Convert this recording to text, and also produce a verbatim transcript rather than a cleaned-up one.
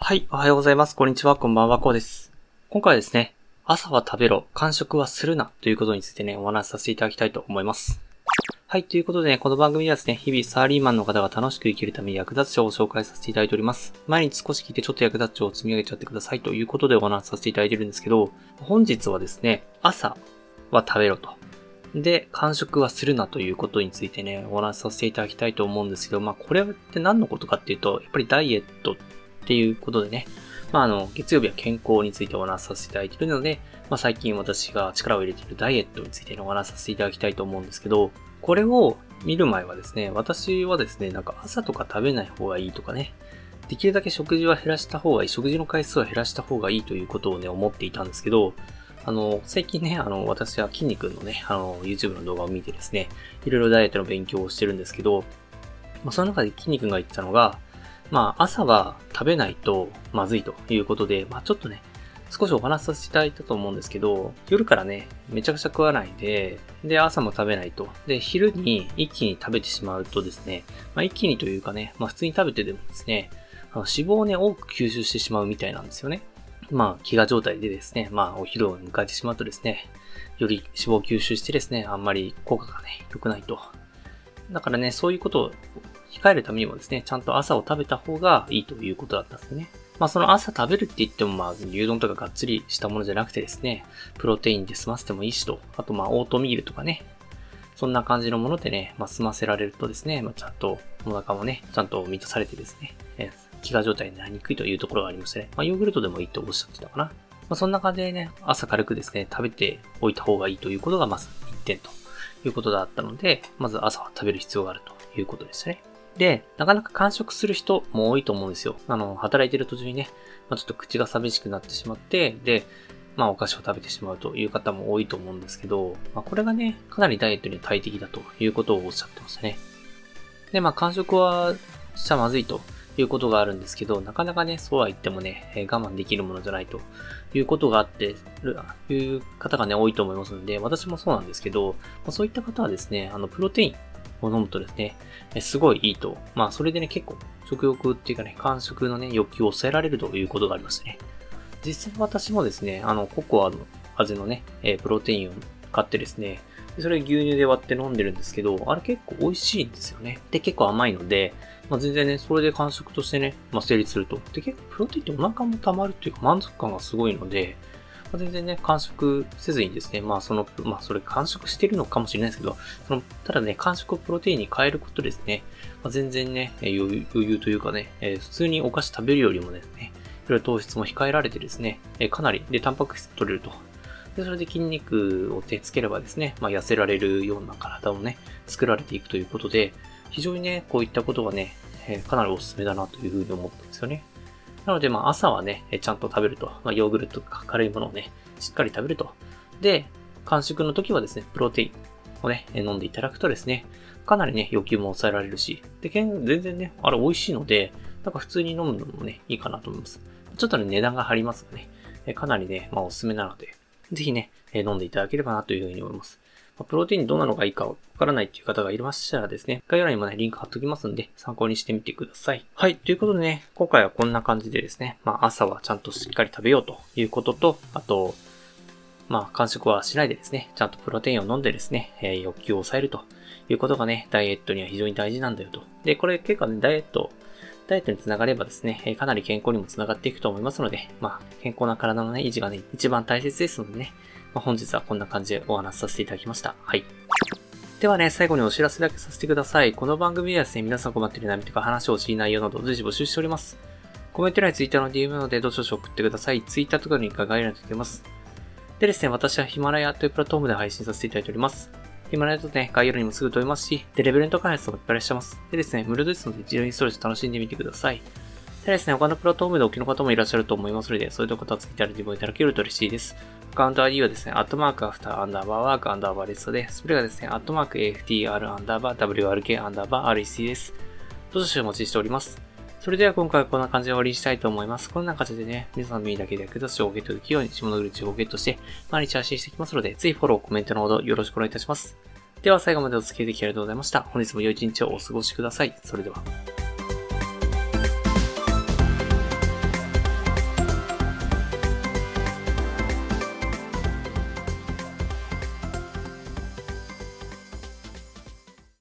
はい、おはようございます。こんにちは、こんばんは、こうです。今回はですね、朝は食べろ、間食はするなということについてね、お話しさせていただきたいと思います。はい、ということでね、この番組ではですね、日々サラリーマンの方が楽しく生きるために役立つ情を紹介させていただいております。毎日少し聞いてちょっと役立つ情を積み上げちゃってくださいということでお話しさせていただいているんですけど、本日はですね、朝は食べろと。で、間食はするなということについてね、お話しさせていただきたいと思うんですけど、まあこれって何のことかっていうと、やっぱりダイエットっていうことでね、まあ、あの、月曜日は健康についてお話しさせていただいているので、まあ、最近私が力を入れているダイエットについてお話しさせていただきたいと思うんですけど、これを見る前はですね、私はですね、なんか朝とか食べない方がいいとかね、できるだけ食事は減らした方がいい、食事の回数は減らした方がいいということをね、思っていたんですけど、あの、最近ね、あの、私は筋肉のね、あの、YouTube の動画を見てですね、いろいろダイエットの勉強をしてるんですけど、まあ、その中で筋肉が言ってたのが、まあ、朝は食べないとまずいということで、まあちょっとね、少しお話しさせていただいたと思うんですけど、夜からね、めちゃくちゃ食わないで、で、朝も食べないと。で、昼に一気に食べてしまうとですね、まあ一気にというかね、まあ普通に食べてでもですね、あの脂肪をね、多く吸収してしまうみたいなんですよね。まあ、飢餓状態でですね、まあお昼を迎えてしまうとですね、より脂肪を吸収してですね、あんまり効果がね、良くないと。だからね、そういうことを控えるためにもですね、ちゃんと朝を食べた方がいいということだったんですよね。まあその朝食べるって言ってもまあ牛丼とかがっつりしたものじゃなくてですね、プロテインで済ませてもいいしと、あとまあオートミールとかね、そんな感じのものでね、まあ済ませられるとですね、まあちゃんとお腹もね、ちゃんと満たされてですね、えー、飢餓状態になりにくいというところがありましてね、まあヨーグルトでもいいとおっしゃってたかな。まあそんな感じでね、朝軽くですね、食べておいた方がいいということがまずいってんということだったので、まず朝は食べる必要があるということでしたね。で、なかなか間食する人も多いと思うんですよ。あの、働いてる途中にね、まあ、ちょっと口が寂しくなってしまって、で、まあお菓子を食べてしまうという方も多いと思うんですけど、まあこれがね、かなりダイエットに大敵だということをおっしゃってましたね。で、まあ間食はしちゃまずいということがあるんですけど、なかなかね、そうは言ってもね、えー、我慢できるものじゃないということがあって、いう方がね、多いと思いますので、私もそうなんですけど、まあ、そういった方はですね、あの、プロテインを飲むとですね、すごいいいと。まあ、それでね、結構、食欲っていうかね、間食のね、欲求を抑えられるということがありましたね。実際私もですね、あの、ココアの味のね、えー、プロテインを買ってですね、それ牛乳で割って飲んでるんですけど、あれ結構美味しいんですよね。で、結構甘いので、まあ、全然ね、それで間食としてね、まあ、成立すると。で、結構プロテインってお腹も溜まるっていうか満足感がすごいので、まあ、全然ね、間食せずにですね、まあその、まあそれ間食してるのかもしれないですけど、その、ただね、間食をプロテインに変えることですね、まあ、全然ね、余裕、余裕というかね、えー、普通にお菓子食べるよりもですね、いろいろ糖質も控えられてですね、えー、かなり、で、タンパク質取れると。で、それで筋肉を手つければですね、まあ痩せられるような体をね、作られていくということで、非常にね、こういったことがね、えー、かなりおすすめだなというふうに思ったんですよね。なので、まあ朝はね、ちゃんと食べると。まあヨーグルトとか軽いものをね、しっかり食べると。で、間食の時はですね、プロテインをね、飲んでいただくとですね、かなりね、欲求も抑えられるし、で、全然ね、あれ美味しいので、なんか普通に飲むのもね、いいかなと思います。ちょっとね、値段が張りますがね、かなりね、まあおすすめなので、ぜひね、飲んでいただければなというふうに思います。プロテインどんなのがいいかわからないっていう方がいらっしゃらですね、概要欄にもね、リンク貼っときますんで、参考にしてみてください。はい。ということでね、今回はこんな感じでですね、まあ朝はちゃんとしっかり食べようということと、あと、まあ間食はしないでですね、ちゃんとプロテインを飲んでですね、えー、欲求を抑えるということがね、ダイエットには非常に大事なんだよと。で、これ結構ね、ダイエット、ダイエットにつながればですね、えー、かなり健康にもつながっていくと思いますので、まあ健康な体のね、維持がね、一番大切ですのでね、まあ、本日はこんな感じでお話しさせていただきました。はい。ではね、最後にお知らせだけさせてください。この番組ではですね、皆さん困っている悩みとか話を欲しい内容など随時募集しております。コメント欄に Twitter の ディーエム なのでどしどし送ってください。Twitter とかのリンクが概要欄に出ています。でですね、私はヒマラヤというプラットフォームで配信させていただいております。ヒマラヤとね、概要欄にもすぐ飛べますし、で、レベルント開発とかいっぱいいらっしゃいます。でですね、無料ですので自動インストールして楽しんでみてください。でですね、他のプラットフォームでお聞きの方もいらっしゃると思いますので、そういった方は Twitter でリボいただけると嬉しいです。アカウント アイディー はですね、アットマークアフターアンダーバーワークアンダーバーレストで、スプレがですね、アットマーク エーエフティーアール アンダーバー ダブリューアールケー アンダーバー アールイーシー です。どうぞお待ちしております。それでは今回はこんな感じで終わりにしたいと思います。こんな感じでね、皆さんの耳だけで役立つ情報をゲットできるように、下のグル情報をゲットして、毎日発信していきますので、ぜひフォロー、コメントのほどよろしくお願いいたします。では最後までお付き合いできありがとうございました。本日も良い一日をお過ごしください。それでは。